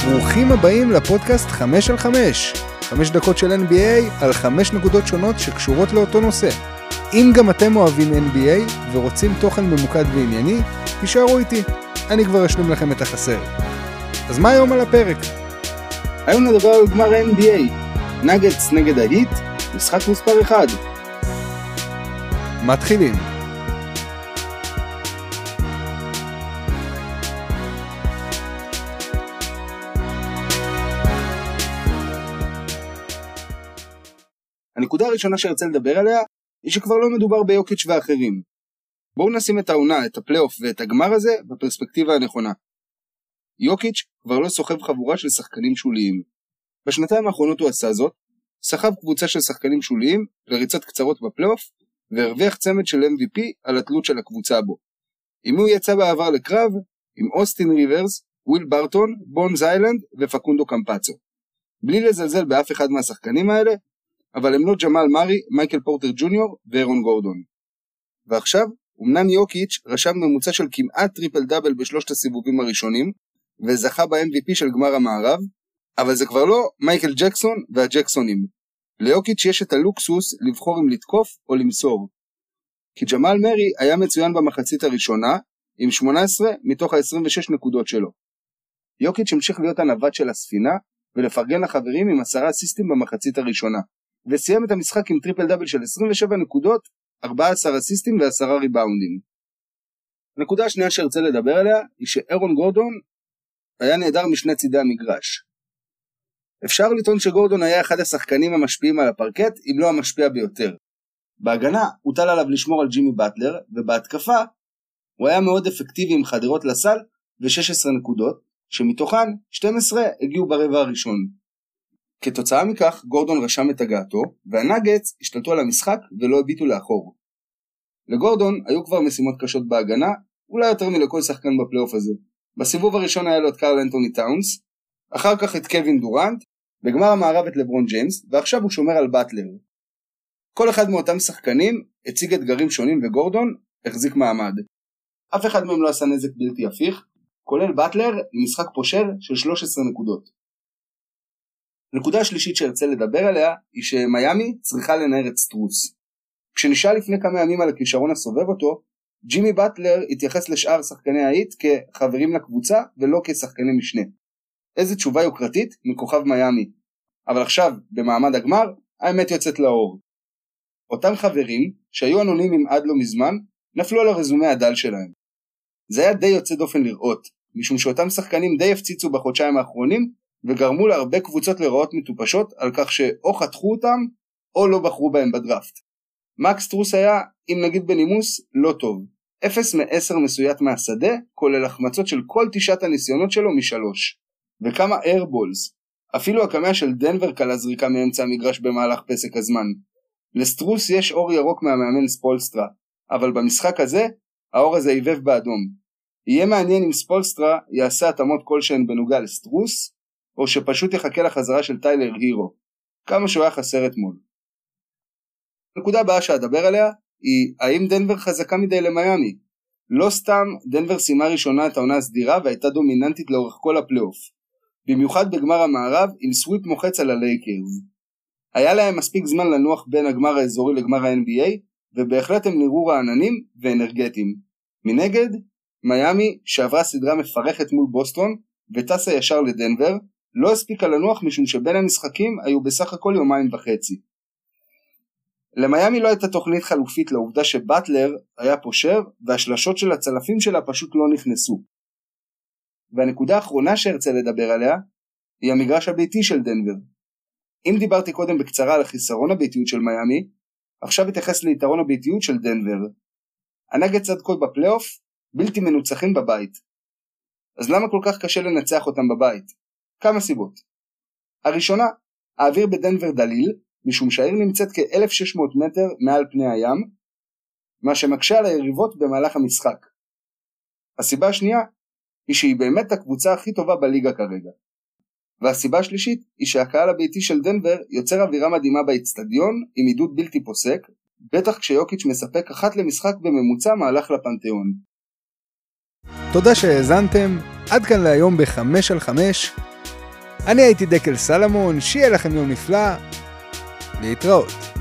ברוכים הבאים לפודקאסט 5 על 5. 5 דקות של NBA על 5 נקודות שונות שקשורות לאותו נושא. אם גם אתם אוהבים NBA ורוצים תוכן ממוקד וענייני, תישארו איתי, אני כבר אשלים לכם את החסר. אז מה היום על הפרק? היום נדבר על גמר ה-NBA, נגטס נגד ההיט, משחק מספר 1. מתחילים. הנקודה הראשונה שרצה לדבר עליה היא שכבר לא מדובר ביוקיץ' ואחרים. בואו נשים את העונה, את הפלייאוף ואת הגמר הזה בפרספקטיבה הנכונה. יוקיץ' כבר לא סוחב חבורה של שחקנים שוליים. בשנתיים האחרונות הוא עשה זאת, סחב קבוצה של שחקנים שוליים לריצות קצרות בפלייאוף, והרוויח צמד של MVP על התלות של הקבוצה בו. אם הוא יצא בעבר לקרב, עם אוסטין ריברס, וויל ברטון, בונז איילנד ופקונדו קמפצו. בלי לזלזל באף אחד מהשחקנים האלה, אבל הם לא ג'מאל מארי, מייקל פורטר ג'וניור ואירון גורדון. ועכשיו, אמנם יוקיץ' רשם ממוצע של כמעט טריפל דאבל בשלושת הסיבובים הראשונים, וזכה ב-MVP של גמר המערב, אבל זה כבר לא מייקל ג'קסון והג'קסונים. ליוקיץ' יש את הלוקסוס לבחור אם לתקוף או למסור. כי ג'מאל מארי היה מצוין במחצית הראשונה, עם 18 מתוך ה-26 נקודות שלו. יוקיץ' המשיך להיות הנווט של הספינה, ולפרגן לחברים עם 10 אסיסטים במחצית הראשונה. וסיים את המשחק עם טריפל דאבל של 27 נקודות, 14 אסיסטים ו10 ריבאונדים. הנקודה השנייה שרצה לדבר עליה היא שאירון גורדון היה נהדר משני צידי המגרש. אפשר לטעון שגורדון היה אחד השחקנים המשפיעים על הפרקט, אם לא המשפיע ביותר. בהגנה הוטל עליו לשמור על ג'ימי באטלר, ובהתקפה הוא היה מאוד אפקטיבי עם חדירות לסל ו16 נקודות, שמתוכן 12 הגיעו ברבע הראשון. כתוצאה מכך גורדון רשם את הגעתו, והנגטס השתלטו על המשחק ולא הביטו לאחור. לגורדון היו כבר משימות קשות בהגנה, אולי יותר מלכל שחקן בפלייאוף הזה. בסיבוב הראשון היה לו את קרל אנטוני טאונס, אחר כך את קווין דורנט, בגמר המערב את לברון ג'יימס, ועכשיו הוא שומר על באטלר. כל אחד מאותם שחקנים הציג אתגרים שונים וגורדון החזיק מעמד. אף אחד מהם לא עשה נזק בלתי הפיך, כולל באטלר עם משחק פושר של 13 נקודות. נקודה השלישית שרצה לדבר עליה היא שמיימי צריכה לנער את סטרוס. כשנשאל לפני כמה ימים על הכישרון הסובב אותו, ג'ימי באטלר התייחס לשאר שחקני ההיט כחברים לקבוצה ולא כשחקני משנה. איזו תשובה יוקרתית מכוכב מיימי. אבל עכשיו, במעמד הגמר, האמת יוצאת לאור. אותם חברים, שהיו אנונימיים עד לא מזמן, נפלו על הרזומי הדל שלהם. זה היה די יוצא דופן לראות, משום שאותם שחקנים די הפציצו בחודשיים האחרונים, וגרמו להרבה קבוצות לראות מטופשות על כך שאו חתכו אותם, או לא בחרו בהם בדראפט. מקס טרוס היה, אם נגיד בנימוס, לא טוב. 0 מ-10 מסוית מהשדה, כולל החמצות של כל 9 הניסיונות שלו מ3. וכמה איירבולס. אפילו הקמע של דנבר קלה זריקה מאמצע המגרש במהלך פסק הזמן. לסטרוס יש אור ירוק מהמאמן ספולסטרה, אבל במשחק הזה, האור הזה ייבב באדום. יהיה מעניין אם ספולסטרה יעשה התאמות כלשהן בנוגע לסטרוס, או שפשוט יחכה לחזרה של טיילר הירו, כמה שהוא היה חסר אתמול. הנקודה הבאה שאדבר עליה היא האם דנבר חזקה מדי למיימי. לא סתם דנבר סיימה ראשונה את העונה הסדירה והייתה דומיננטית לאורך כל הפלייאוף, במיוחד בגמר המערב עם סוויפ מוחץ על הלייקרס. היה להם מספיק זמן לנוח בין הגמר האזורי לגמר ה-NBA, ובהחלט הם נראו רעננים ואנרגטיים. מנגד, מיימי שעברה סדרה מפרכת מול בוסטון וטסה ישר לדנבר, לא הספיקה לנוח משום שבין המשחקים היו בסך הכל 2.5 ימים. למיימי לא הייתה תוכנית חלופית לעובדה שבאטלר היה פושר והשלשות של הצלפים שלה פשוט לא נכנסו. והנקודה האחרונה שארצה לדבר עליה היא המגרש הביתי של דנבר. אם דיברתי קודם בקצרה על החיסרון הביתיות של מיימי, עכשיו התייחס ליתרון הביתיות של דנבר. הנגטס עד כה בפלייאוף בלתי מנוצחים בבית. אז למה כל כך קשה לנצח אותם בבית? כמה סיבות. הראשונה, האוויר בדנבר דליל, משום שהעיר נמצאת כ-1600 מטר מעל פני הים, מה שמקשה על היריבות במהלך המשחק. הסיבה השנייה היא שהיא באמת הקבוצה הכי טובה בליגה כרגע. והסיבה השלישית היא שהקהל הביתי של דנבר יוצר אווירה מדהימה באצטדיון עם עידוד בלתי פוסק, בטח כשיוקיץ' מספק אחת למשחק בממוצע מהלך לפנתיאון. תודה שהאזנתם, עד כאן להיום ב5 על 5. אני הייתי דקל סלמון, שיהיה לכם יום נפלא, להתראות.